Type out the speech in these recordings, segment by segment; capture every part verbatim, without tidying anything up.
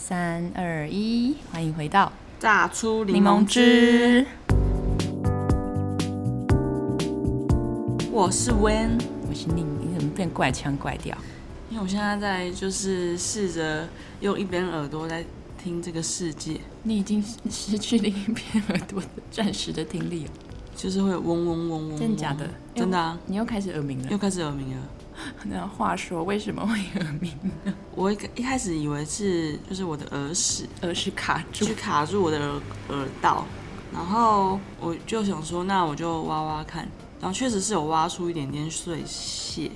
三二一，欢迎回到榨出柠檬汁。 我是 Wen， 我是你，你怎么变怪腔怪调？ 因为我现在在就是试着用一边耳朵在听这个世界。 你已经失去另一边耳朵的暂时的听力了， 就是会嗡嗡嗡嗡。 真的假的？ 真的啊！ 你又开始耳鸣了？ 又开始耳鸣了。 那话说，为什么会耳鸣呢？ 我一开始以为是就是我的耳屎， 耳屎卡住， 去卡住我的耳耳道，然后我就想说，那我就挖挖看，然后确实是有挖出一点点碎屑。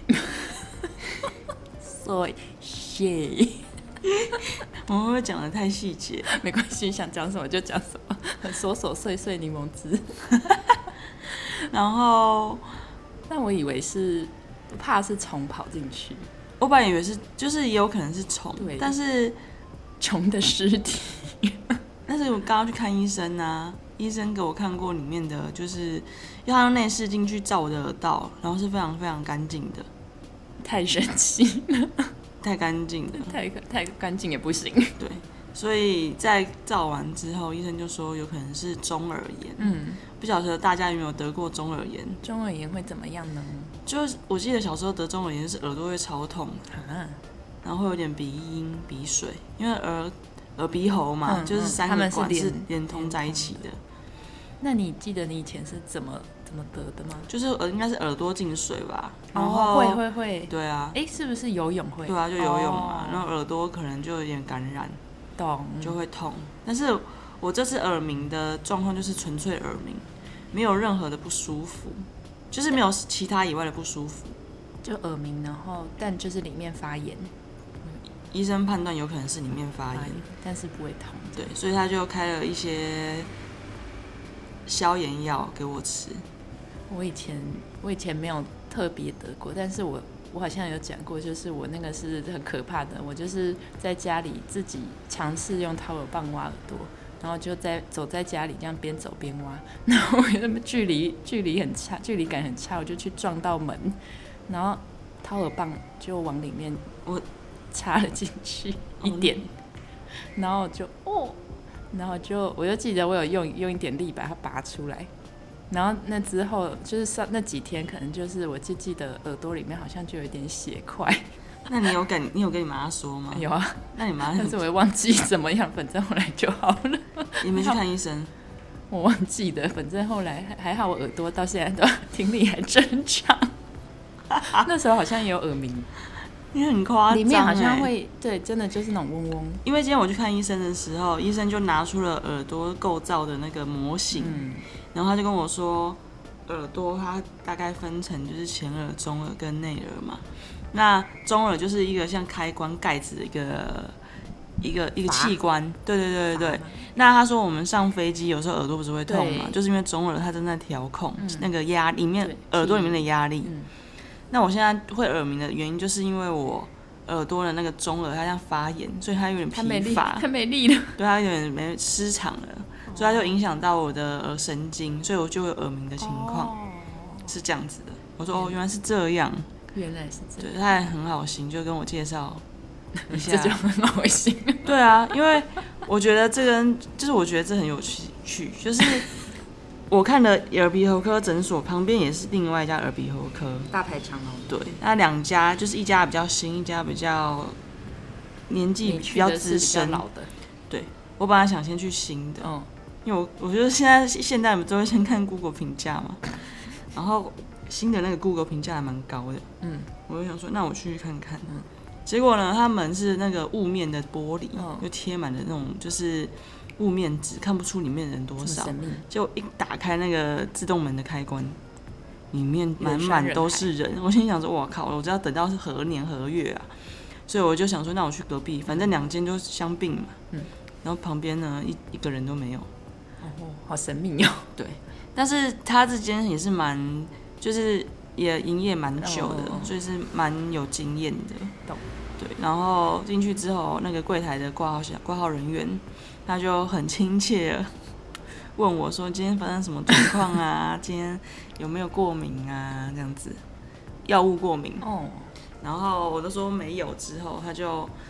碎屑， 我们会不会讲得太细节？ 没关系，想讲什么就讲什么，很琐琐碎碎柠檬汁。 然后， 但我以为是怕是虫跑进去， 我本来以为是，就是也有可能是虫，但是虫的尸体。 但是我刚刚去看医生啊，医生给我看过里面的，就是要他用内视镜去照我的耳道，然后是非常非常干净的。 太神奇了， 太干净了， 太太干净也不行。 对，所以在照完之后，医生就说有可能是中耳炎。嗯，不晓得大家有没有得过中耳炎？ 中耳炎会怎么样呢？ 就是我记得小时候得中耳炎是耳朵会超痛，啊、然后会有点鼻音、鼻水，因为耳耳鼻喉嘛，嗯、就是三个管是连通在一起的。 那你记得你以前是怎么怎么得的吗？ 就是耳应该是耳朵进水吧，然后、哦、会会会， 对啊， 哎，是不是游泳会？ 对啊，就游泳啊，哦、然后耳朵可能就有点感染， 懂， 就会痛。但是我这次耳鸣的状况就是纯粹耳鸣，没有任何的不舒服，就是没有其他以外的不舒服， 就耳鸣，然后但就是里面发炎。 医生判断有可能是里面发炎， 但是不会痛。 对，所以他就开了一些消炎药给我吃。 我以前我以前没有特别得过，但是我我好像有讲过，就是我那个是很可怕的。我就是在家里自己尝试用掏耳棒挖耳朵，然后就在走在家里这样边走边挖，然后那么距离距离很差，距离感很差，我就去撞到门，然后掏耳棒就往里面我插了进去一点，然后就哦。然后就我就记得我有用用一点力把它拔出来，然后那之后就是那几天可能就是我就记得耳朵里面好像就有一点血块。 那你有跟你有跟你妈说吗？ 有啊， 那你妈？ 但是我也忘记怎么样，反正后来就好了。 你没去看医生？ 我忘记的，反正后来还好，我耳朵到现在都听力还正常。那时候好像也有耳鸣。 你很夸张、欸， 里面好像会对，真的就是那种嗡嗡。 因为今天我去看医生的时候，医生就拿出了耳朵构造的那个模型，嗯、然后他就跟我说，耳朵它大概分成就是前耳、中耳跟内耳嘛。那中耳就是一个像开关盖子的一个一个一个器官，对对对对对。那他说我们上飞机有时候耳朵不是会痛嘛，就是因为中耳它正在调控、嗯、那个压里面耳朵里面的压力。嗯，那我现在会耳鸣的原因，就是因为我耳朵的那个中耳它像发炎，所以它有点疲乏， 它没力了， 对，它有点没失常了，所以它就影响到我的耳神经，所以我就会有耳鸣的情况，哦、是这样子的。我说哦，原来是这样， 原来是这样， 对，他还很好心，就跟我介绍一下， 这就很好心。 对啊，因为我觉得这个就是我觉得这很有趣，就是。我看的耳鼻喉科诊所旁边也是另外一家耳鼻喉科， 大排长龙。 对，那两家就是一家比较新，一家比较年纪比较资深。 老的。 对，我本来想先去新的，嗯，因为我我觉得现在现代人都会先看 Google 评价嘛，然后新的那个 Google 评价还蛮高的，嗯，我就想说那我去看看，嗯，结果呢，他门是那个雾面的玻璃，嗯、就贴满了那种就是。雾面纸看不出里面的人多少，就一打开那个自动门的开关，里面满满都是人。我心想说：“哇靠！我知道等到是何年何月啊！”所以我就想说：“那我去隔壁，反正两间就相并嘛。”嗯，然后旁边呢一一个人都没有。 哦，好神秘哦。 对，但是他这间也是蛮，就是也营业蛮久的，哦、所以是蛮有经验的。 懂。 对，然后进去之后，那个柜台的挂号挂号人员。他就很亲切问我说：“今天发生什么状况啊？今天有没有过敏啊？这样子，药物过敏。”哦，然后我都说没有，之后他就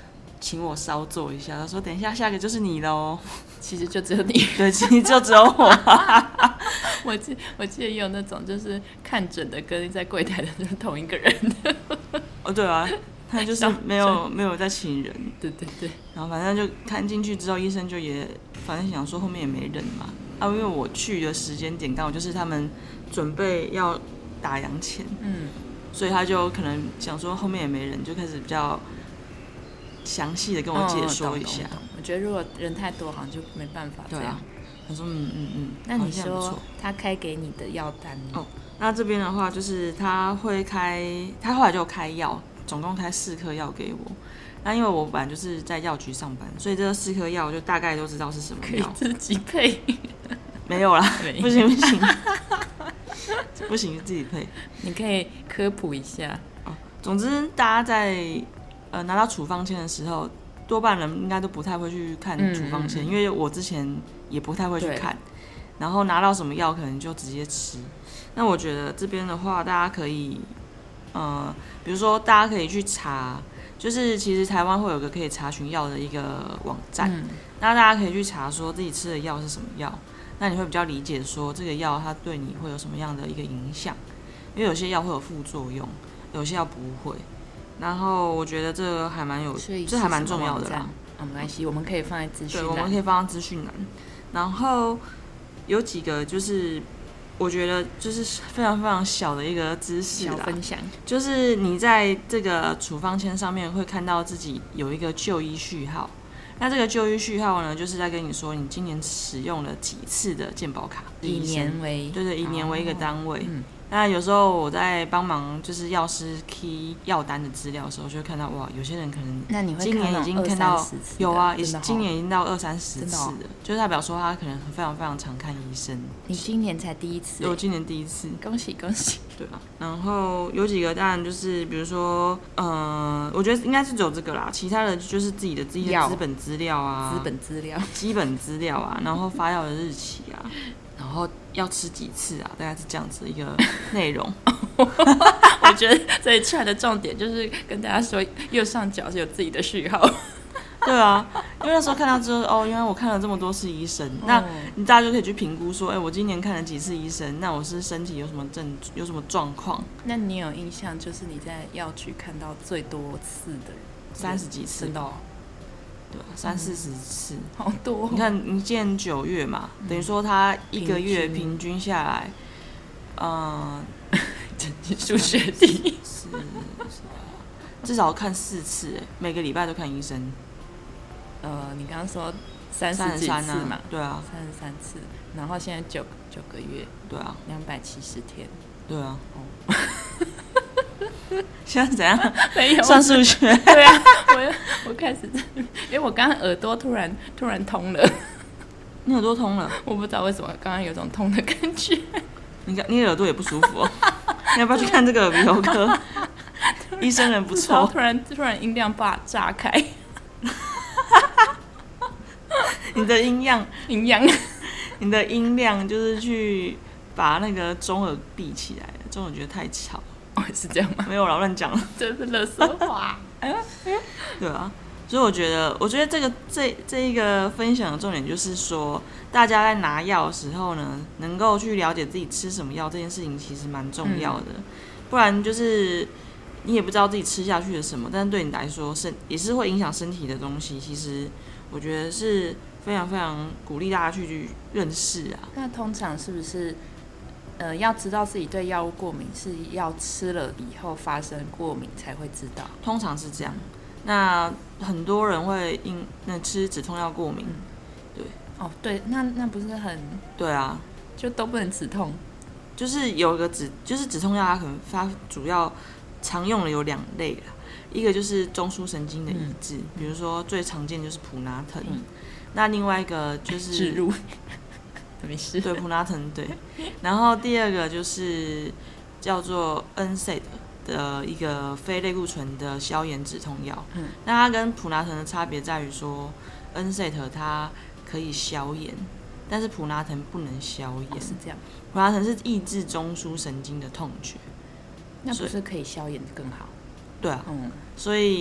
请我稍坐一下，他说等一下下个就是你喽。 其实就只有你， 对，其实就只有我。 我记我记得也有那种就是看诊的跟在柜台的就是同一个人。 哦，对啊，他就是没有没有在请人。 对对对。 然后反正就看进去之后，医生就也反正想说后面也没人嘛。啊，因为我去的时间点刚好就是他们准备要打烊前，嗯，所以他就可能想说后面也没人，就开始比较详细的跟我解说一下。 哦、我觉得如果人太多，好像就没办法这样。对啊， 他说嗯嗯嗯。 那你说他开给你的药单呢？ 哦，那这边的话就是他会开，他后来就开药，总共开四颗药给我。那因为我本来就是在药局上班，所以这四颗药我就大概都知道是什么药。 可以自己配？ 没有啦，不行不行，不行自己配。 你可以科普一下。 哦，总之大家在呃拿到处方签的时候，多半人应该都不太会去看处方签，嗯嗯嗯，因为我之前也不太会去看。然后拿到什么药可能就直接吃。那我觉得这边的话，大家可以呃，比如说大家可以去查。就是其实台湾会有个可以查询药的一个网站，嗯、那大家可以去查说自己吃的药是什么药，那你会比较理解说这个药它对你会有什么样的一个影响，因为有些药会有副作用，有些药不会。然后我觉得这个还蛮有，这还蛮重要的啦。 啊，没关系，我们可以放在资讯栏。 对，我们可以放在资讯栏。然后有几个就是。我觉得就是非常非常小的一个知识啦， 小分享， 就是你在这个处方签上面会看到自己有一个就医序号，那这个就医序号呢，就是在跟你说你今年使用了几次的健保卡， 以年为， 对对，以年为一个单位。哦嗯， 那有时候我在帮忙就是药师 key 药单的资料的时候，就会看到哇，有些人可能今年已经看到有啊，也今年已经到二三十次了，就是代表说他可能非常非常常看医生。 你今年才第一次？ 我今年第一次， 恭喜恭喜！ 对啊，然后有几个当然就是比如说，呃，我觉得应该是只有这个啦，其他的就是自己的自己的资本资料啊， 资本资料、 基本资料啊，然后发药的日期啊。然后要吃几次啊？大概是这样子的一个内容。 我觉得这一串的重点就是跟大家说，右上角是有自己的序号。 对啊，因为那时候看到之后，哦，原来我看了这么多次医生，哦、那你大家就可以去评估说，哎，我今年看了几次医生？那我是身体有什么症，有什么状况？ 那你有印象，就是你在药局看到最多次的三十几次？ 真的哦。 对，三四十次， 好多、哦。 你看，你今年九月嘛，嗯、等于说他一个月平均下来，嗯， 数学题是至少看四次，哎，每个礼拜都看医生。 呃，你刚刚说三十几次嘛？ 对啊， 三十三次，然后现在九九个月， 对啊， 两百七十天， 对啊。哦。现在怎样？ 没有算数学。 对啊，我我开始，因为我刚刚耳朵突然突然通了。 你耳朵通了？ 我不知道为什么，刚刚有种痛的感觉。 你你耳朵也不舒服哦？你要不要去看这个耳鼻喉科？医生人不错。 突然突然音量把炸开。 你的音量， 音量， 你的音量就是去把那个中耳闭起来了，中耳觉得太吵。 哦，是这样吗？ 没有啦，乱讲了， 这是垃圾话。 对啊，所以我觉得，我觉得这个这这一个分享的重点就是说，大家在拿药的时候呢，能够去了解自己吃什么药这件事情，其实蛮重要的。嗯、不然就是你也不知道自己吃下去了什么，但是对你来说，身也是会影响身体的东西。其实我觉得是非常非常鼓励大家去去认识啊。 那通常是不是？呃，要知道自己对药物过敏，是要吃了以后发生过敏才会知道。 通常是这样。那很多人会因那吃止痛药过敏，嗯、对。 哦，对，那那不是很？ 对啊， 就都不能止痛。 就是有一个止，就是止痛药，它可能它主要常用的有两类啦。一个就是中枢神经的抑制，嗯、比如说最常见就是普拿疼。嗯、那另外一个就是植入。没事。 对，普拿疼对。然后第二个就是叫做 N SAID 的一个非类固醇的消炎止痛药。嗯，那它跟普拿疼的差别在于说 ，N SAID 它可以消炎，但是普拿疼不能消炎。 哦、是这样。 普拿疼是抑制中枢神经的痛觉。 那不是可以消炎更好？ 对啊。嗯。所以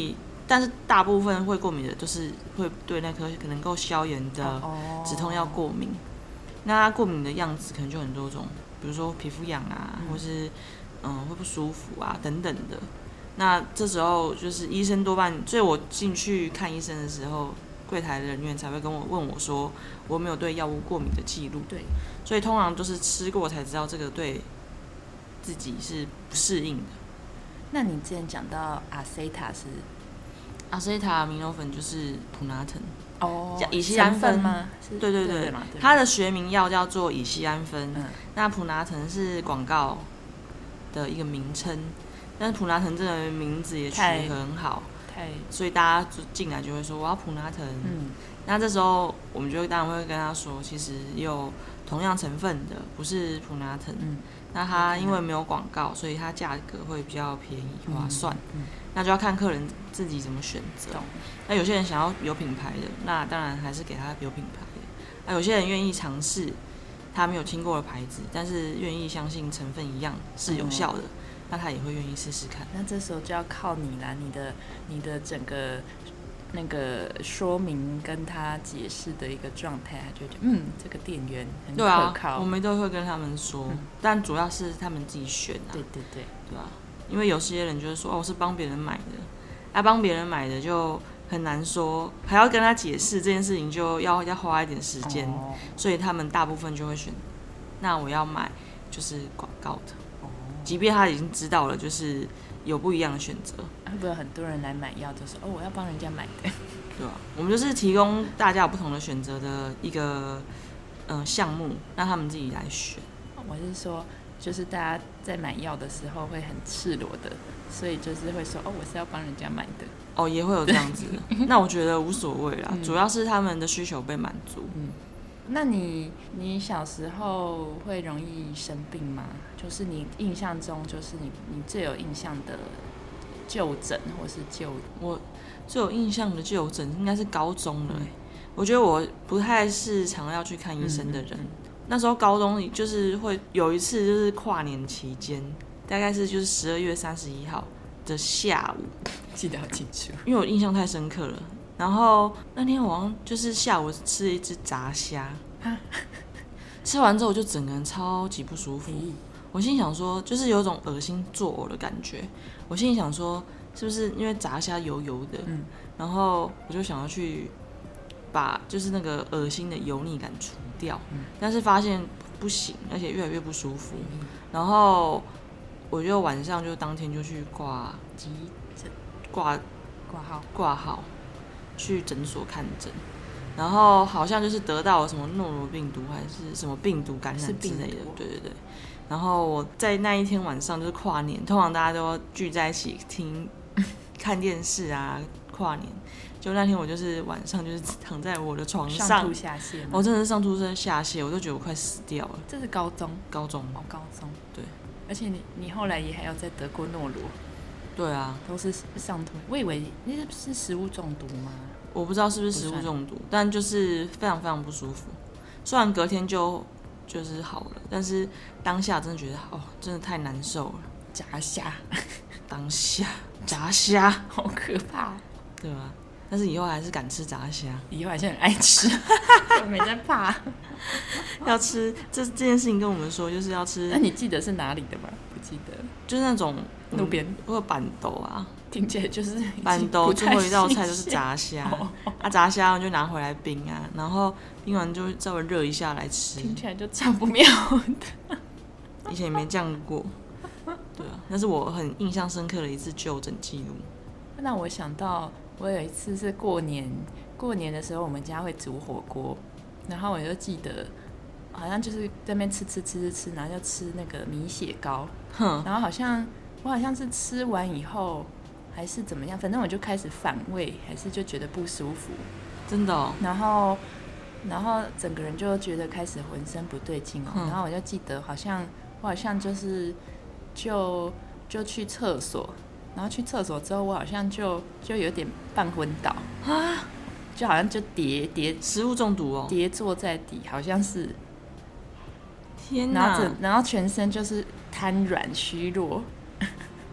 但是大部分会过敏的都是会对那颗可能够消炎的止痛药过敏。那它过敏的样子可能就很多种，比如说皮肤痒啊，或是嗯会不舒服啊等等的。那这时候就是医生多半，所以我进去看医生的时候，柜台的人员才会跟我问我说，我没有对药物过敏的记录。 对， 所以通常都是吃过才知道这个对自己是不适应的。 那你之前讲到阿塞塔是阿塞塔米诺芬就是普拿疼哦， 乙酰氨酚吗？ 对对 对, 对，它的学名药叫做乙酰氨酚、嗯，那普拿疼是广告的一个名称。但是普拿疼这个名字也取得很好，所以大家进来就会说我要普拿疼。嗯，那这时候我们就当然会跟他说，其实也有同样成分的，不是普拿疼。嗯，那它因为没有广告，所以它价格会比较便宜划算。嗯嗯、那就要看客人自己怎么选择。那有些人想要有品牌的，那当然还是给他有品牌的。那有些人愿意尝试他没有听过的牌子，但是愿意相信成分一样是有效的。嗯，那他也会愿意试试看。 那这时候就要靠你啦，你的你的整个那个说明跟他解释的一个状态，他就觉得嗯，这个店员很可靠。 对啊，我们都会跟他们说，嗯、但主要是他们自己选啊。 对对对， 对啊，因为有些人就是说哦，我是帮别人买的，啊，帮别人买的就很难说，还要跟他解释这件事情，就要要花一点时间、哦，所以他们大部分就会选，那我要买就是广告的。即便他已经知道了，就是有不一样的选择。 会不会有很多人来买药，就说哦，我要帮人家买的？ 对啊，我们就是提供大家有不同的选择的一个嗯、呃、项目，让他们自己来选。 我是说，就是大家在买药的时候会很赤裸的，所以就是会说哦，我是要帮人家买的。 哦，也会有这样子的。那我觉得无所谓啦、嗯，主要是他们的需求被满足。嗯。 那你你小时候会容易生病吗？就是你印象中，就是你你最有印象的就诊或是就我最有印象的就诊应该是高中了、欸嗯。我觉得我不太是常要去看医生的人。嗯嗯、那时候高中就是会有一次，就是跨年期间，大概是就是十二月三十一号的下午， 记得好清楚， 因为我印象太深刻了。然后那天我好像就是下午吃了一只炸虾，吃完之后我就整个人超级不舒服。我心想说，就是有种恶心作呕的感觉。我心里想说，是不是因为炸虾油油的？嗯、然后我就想要去把就是那个恶心的油腻感除掉，嗯、但是发现不行，而且越来越不舒服。嗯、然后我就晚上就当天就去挂急诊，挂挂号挂号。去诊所看诊，然后好像就是得到了什么诺如病毒还是什么病毒感染之类的，对对对。然后我在那一天晚上就是跨年，通常大家都要聚在一起听看电视啊，跨年。就那天我就是晚上就是躺在我的床上， 上吐下泻， 我真的是上吐下泻，我都觉得我快死掉了。 这是高中， 高中哦，高中， 对。 而且你你后来也还有再得过诺如。 对啊， 都是上吐。我以为那是食物中毒吗？ 我不知道是不是食物中毒，但就是非常非常不舒服。虽然隔天就就是好了，但是当下真的觉得哦，真的太难受了。 炸虾， 当下炸虾好可怕， 对吧？但是以后还是敢吃炸虾， 以后还是很爱吃，我没在怕。 要吃这这件事情跟我们说，就是要吃。 那你记得是哪里的吗？不记得， 就是那种路边或者板豆啊， 听起来就是板豆最后一道菜就是炸虾，哦、啊炸虾就拿回来冰啊，然后冰完就稍微热一下来吃， 听起来就超不妙的。 以前也没这样过，对啊，那是我很印象深刻的一次就诊记录。 那我想到，我有一次是过年，过年的时候我们家会煮火锅，然后我就记得，好像就是在那边吃吃吃吃吃，然后就吃那个米血糕，然后好像我好像是吃完以后还是怎么样，反正我就开始反胃，还是就觉得不舒服， 真的、哦。 然后，然后整个人就觉得开始浑身不对劲哦，然后我就记得好像我好像就是就就去厕所。然后去厕所之后，我好像就就有点半昏倒啊，就好像就跌跌食物中毒哦， 跌坐在底，好像是。 天哪！ 然后然后全身就是瘫软虚弱。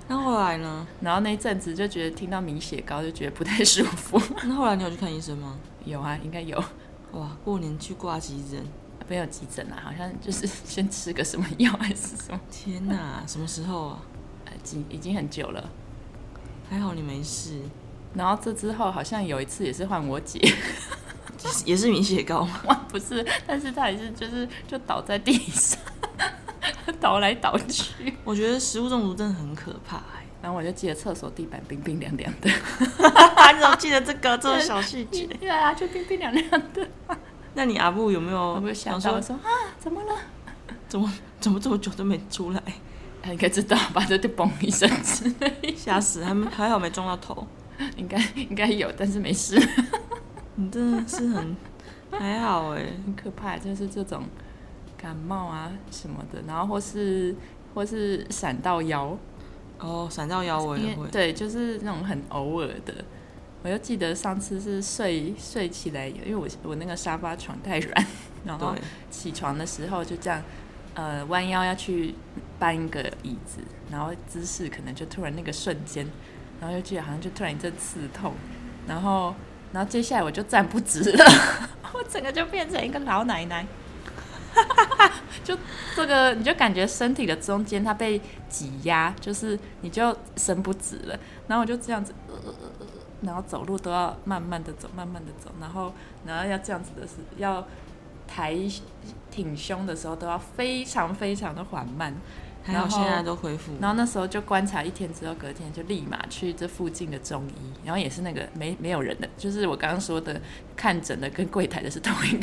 那后来呢？ 然后那一阵子就觉得听到米血糕就觉得不太舒服。 那后来你有去看医生吗？ 有啊，应该有。 哇，过年去挂急诊？ 没有急诊啊，好像就是先吃个什么药还是什么。 天哪，什么时候啊？ 呃，已经已经很久了。 还好你没事。 然后这之后好像有一次也是换我姐， 也是米血糕吗？ 不是，但是她也是就是就倒在地上，倒来倒去。 我觉得食物中毒真的很可怕、欸。 然后我就记得厕所地板冰冰凉凉的。 你怎么记得这个这种小细节？ 对啊，就冰冰凉凉的。 那你阿布有没有？ 有没有想到说啊，怎么了？ 怎么怎么这么久都没出来？ 他应该知道吧？就就嘣一声之类， 吓死！还没还好没撞到头。 应该应该有，但是没事。 你真的是很还好哎， 很可怕，就是这种感冒啊什么的，然后或是或是闪到腰。 哦，闪到腰我也会。 对，就是那种很偶尔的。我又记得上次是睡睡起来，因为我我那个沙发床太软，然后起床的时候就这样，呃，弯腰要去搬一个椅子，然后姿势可能就突然那个瞬间，然后就记得好像就突然一阵刺痛，然后然后接下来我就站不直了，我整个就变成一个老奶奶。就这个，你就感觉身体的中间它被挤压，就是你就伸不直了，然后我就这样子。呃然后走路都要慢慢的走，慢慢的走，然后然后要这样子的是要抬挺胸的时候都要非常非常的缓慢。 还好现在都恢复。 然后那时候就观察一天之后，隔天就立马去这附近的中医，然后也是那个没没有人的，就是我刚刚说的看诊的跟柜台的是同一个。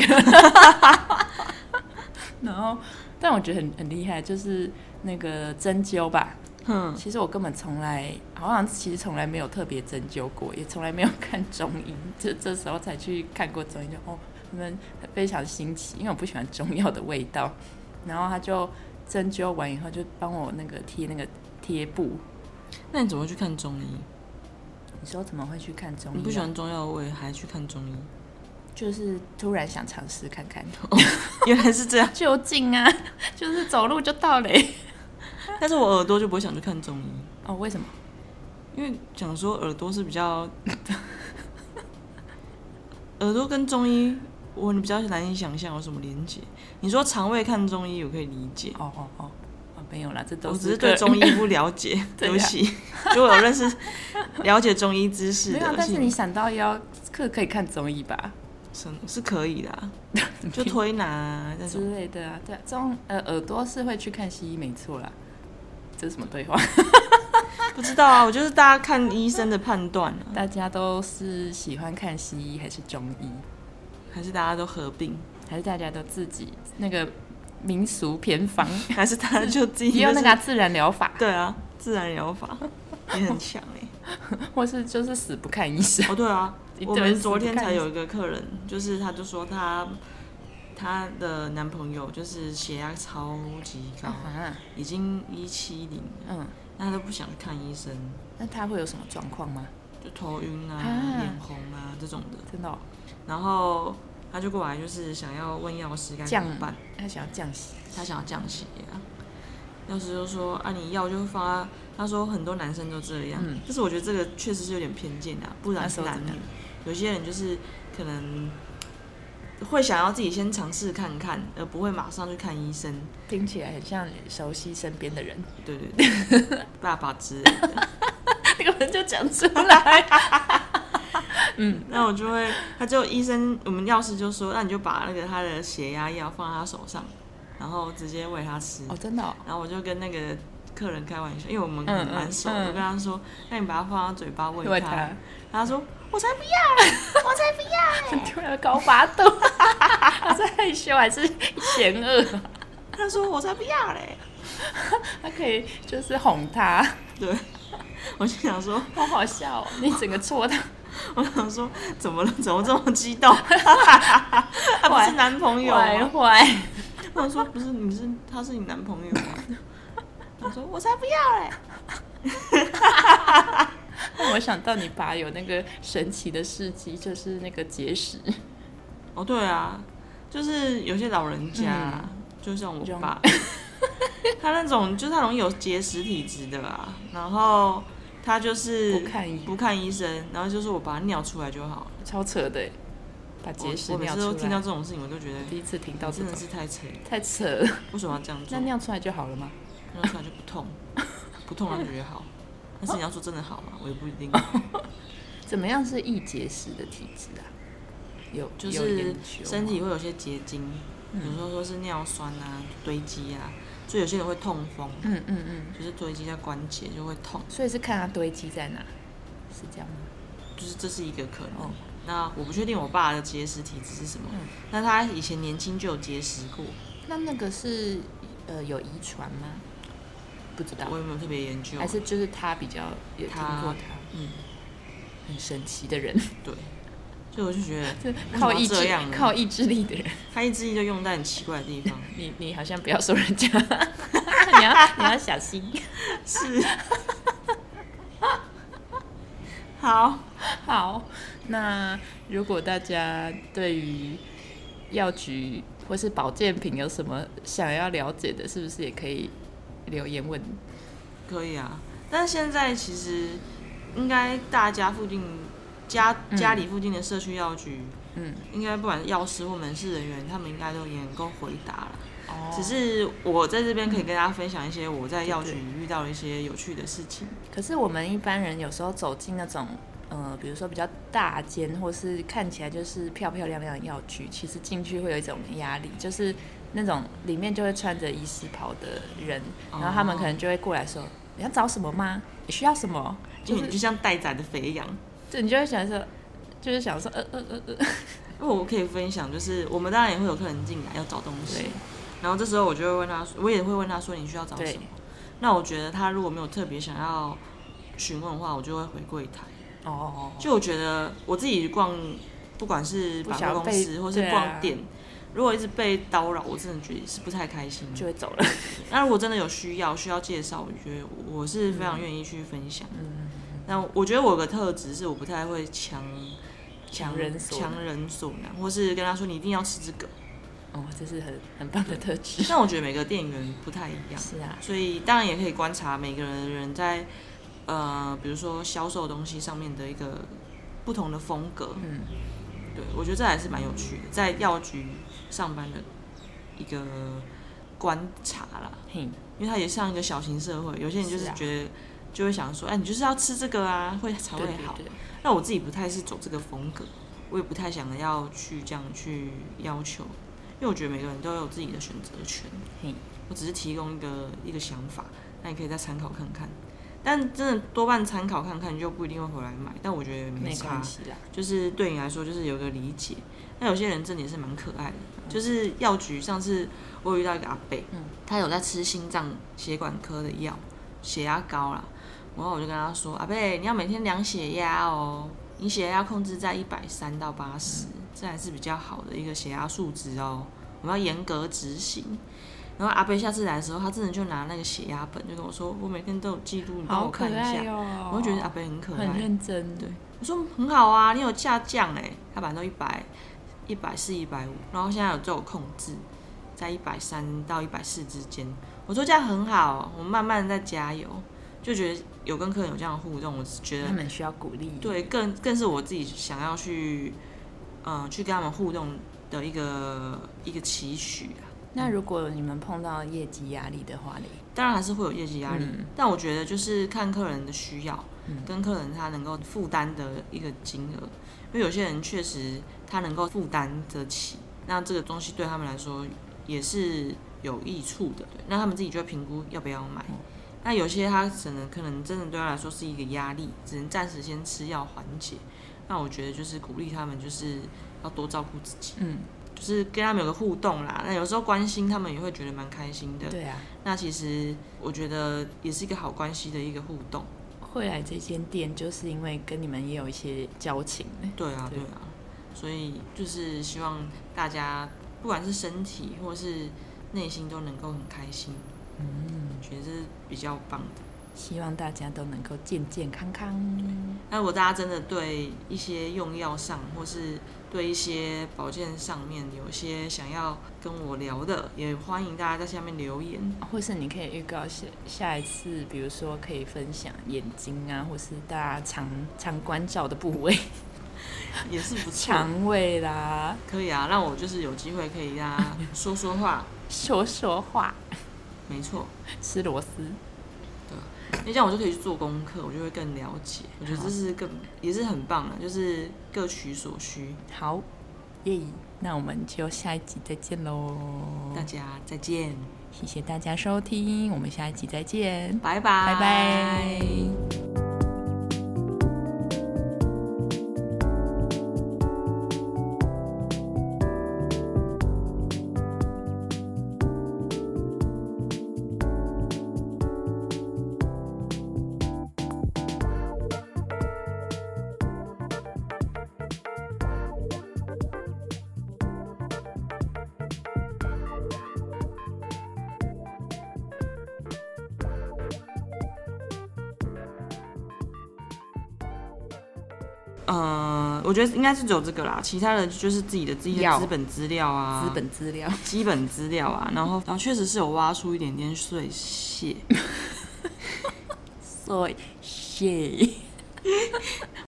然后，但我觉得很很厉害，就是那个针灸吧。嗯，其实我根本从来好像其实从来没有特别针灸过，也从来没有看中医，这这时候才去看过中医，就哦，他们非常新奇，因为我不喜欢中药的味道。然后他就针灸完以后，就帮我那个贴那个贴布。 那你怎么会去看中医？ 你说怎么会去看中医、啊？ 你不喜欢中药的味，还去看中医？ 就是突然想尝试看看。 哦，原来是这样。 就近啊，就是走路就到了、欸。 但是我耳朵就不会想去看中医哦，为什么？ 因为讲说耳朵是比较，耳朵跟中医我比较难以想象有什么连结。你说肠胃看中医，我可以理解。 哦哦哦，没有啦，这都是我只是对中医不了解，对不起。如果有认识了解中医知识的， 没有，但是你闪到腰可可以看中医吧？ 是是可以的、啊，就推拿、啊、 之类的啊。对啊，中呃耳朵是会去看西医，没错啦。这是什么对话？ 不知道啊，我就是大家看医生的判断、啊。 大家都是喜欢看西医还是中医？ 还是大家都合并？ 还是大家都自己那个民俗偏方？ 还是大家就自己、就是、 也有那个自然疗法？ 对啊，自然疗法也很强哎、 欸。或是就是死不看医生？ 哦，对啊，我们昨天才有一个客人，就是他就说他。她的男朋友就是血压超级高，啊、已经一七零，嗯，那他都不想去看医生。 那他会有什么状况吗？ 就头晕啊、啊眼红啊这种的。 真的、哦。 然后他就过来，就是想要问药师该怎么办。 他想要降血， 他想要降血啊。药师就说：“啊，你药就放在。”他说很多男生都这样，嗯，但是我觉得这个确实是有点偏见啊，不然是男女。有些人就是可能。会想要自己先尝试看看，而不会马上去看医生。 听起来很像熟悉身边的人。 对对对，爸爸之类的。 那个人就讲出来。 嗯，那我就会，他就医生，我们药师就说，那你就把那个他的血压药放在他手上，然后直接喂他吃。 哦，真的、哦。 然后我就跟那个客人开玩笑，因为我们很蛮熟，我、嗯嗯、跟他说，那你把它放到嘴巴喂他。喂他。他说。我才不要嘞！我才不要嘞！ 突然高八度，他是害羞还是嫌恶？ 他说我才不要嘞！ 他可以就是哄他。 对，我就想说， 好好笑哦！你整个戳他。 我想说，怎么了？怎么这么激动？他不是男朋友吗？ 坏坏。 我说不是，你是他是你男朋友吗？他说我才不要嘞！ 我想到你爸有那个神奇的事迹，就是那个结石。 哦，对啊，就是有些老人家，嗯、就像我爸， 他那种就是他容易有结石体质的啦，然后他就是不看医不看医生，然后就说我把它尿出来就好了， 超扯的，把结石尿出来。我每次都听到这种事情，我都觉得第一次听到这真的是太扯， 太扯了。 为什么要这样做？ 那尿出来就好了吗？ 尿出来就不痛，不痛那就觉得好。但是你要说真的好吗？我也不一定。 怎么样是易结石的体质啊？有就是身体会有些结晶，比如说说是尿酸啊堆积啊，所以有些人会痛风。嗯嗯嗯，就是堆积在关节就会痛。 所以是看它堆积在哪，是这样吗？ 就是这是一个可能。哦、那我不确定我爸的结石体质是什么，嗯、但他以前年轻就有结石过。 那那个是呃有遗传吗？不知道， 我有没有特别研究？ 还是就是他比较有听过他，嗯，很神奇的人。 对。所以我就觉得， 就靠意志靠意志力的人， 他意志力就用在很奇怪的地方。 你你好像不要说人家，你要你要小心。 是。好， 好，那如果大家对于药局或是保健品有什么想要了解的，是不是也可以留言问？ 可以啊，但是现在其实应该大家附近。家家里附近的社区药局，嗯，应该不管是药师或门市人员，他们应该都也能够回答了。哦，只是我在这边可以跟大家分享一些我在药局遇到的一些有趣的事情。 可是我们一般人有时候走进那种，呃，比如说比较大间，或是看起来就是漂漂亮亮的药局，其实进去会有一种压力，就是那种里面就会穿着医师袍的人，然后他们可能就会过来说：“你要找什么吗？你需要什么？” 就是你就像待宰的肥羊。 对，你就会想说，就是想说，呃呃呃呃， 因为我可以分享，就是我们当然也会有客人进来要找东西，然后这时候我就会问他，我也会问他说你需要找什么？那我觉得他如果没有特别想要询问的话，我就会回柜台。哦，就我觉得我自己逛，不管是百货公司或是逛店，啊、如果一直被叨扰，我真的觉得是不太开心， 就会走了。 那如果真的有需要需要介绍，我觉得我是非常愿意去分享。嗯。那我觉得我有个特质是我不太会强强人强人所难，或是跟他说你一定要吃这个。 哦，这是很很棒的特质。 但我觉得每个店员不太一样。 是啊。 所以当然也可以观察每个人在呃，比如说销售东西上面的一个不同的风格。嗯。对，我觉得这还是蛮有趣的，在药局上班的一个观察啦。嗯。因为它也像一个小型社会，有些人就是觉得。就会想说，哎，你就是要吃这个啊，会才会好。对对对，那我自己不太是走这个风格，我也不太想要去这样去要求，因为我觉得每个人都有自己的选择权。嗯，我只是提供一个一个想法，那你可以再参考看看。但真的多半参考看看，你就不一定会回来买。但我觉得没差，就是对你来说就是有个理解。那有些人真的也是蛮可爱的，嗯、就是药局上次我有遇到一个阿伯，嗯，他有在吃心脏血管科的药，血压高啦。然后我就跟他说：“阿伯，你要每天量血压哦，你血压控制在一百三到八十，这还是比较好的一个血压数值哦。我们要严格执行。”然后阿伯下次来的时候，他真的就拿那个血压本，就跟我说：“我每天都有记录，你帮我看一下。哦”我就觉得阿伯很可爱， 很认真。 对，我说很好啊，你有下降哎，他本来都一百、一百四、一百五，然后现在有都有控制在一百三到一百四之间。我说这样很好，我们慢慢的在加油。就觉得有跟客人有这样的互动，我是觉得他们需要鼓励， 对，更更是我自己想要去，嗯、呃，去跟他们互动的一个一个期许啊。 那如果你们碰到业绩压力的话呢？ 当然还是会有业绩压力，嗯、但我觉得就是看客人的需要，嗯、跟客人他能够负担的一个金额，因为有些人确实他能够负担得起，那这个东西对他们来说也是有益处的，对，那他们自己就会评估要不要买。嗯那有些他可能可能真的对他来说是一个压力，只能暂时先吃药缓解。那我觉得就是鼓励他们，就是要多照顾自己，嗯，就是跟他们有个互动啦。那有时候关心他们也会觉得蛮开心的。 对啊。 那其实我觉得也是一个好关系的一个互动。 会来这间店就是因为跟你们也有一些交情。 对啊，对啊。所以就是希望大家不管是身体或是内心都能够很开心。嗯，觉得这是比较棒的。 希望大家都能够健健康康。 那如果大家真的对一些用药上，或是对一些保健上面有些想要跟我聊的，也欢迎大家在下面留言， 或是你可以预告下下一次，比如说可以分享眼睛啊，或是大家常常关照的部位， 也是不错。 肠胃啦， 可以啊，让我就是有机会可以跟大家说说话， 说说话， 没错， 吃螺丝。 对，那这样我就可以去做功课，我就会更了解。我觉得这是更也是很棒的，就是各取所需。 好，耶！那我们就下一集再见喽， 大家再见， 谢谢大家收听，我们下一集再见， 拜拜， 拜拜。 呃，我觉得应该是只有这个啦，其他的就是自己的自己的资本资料啊， 资本资料、 基本资料啊，然后然后确实是有挖出一点点碎屑， 碎屑，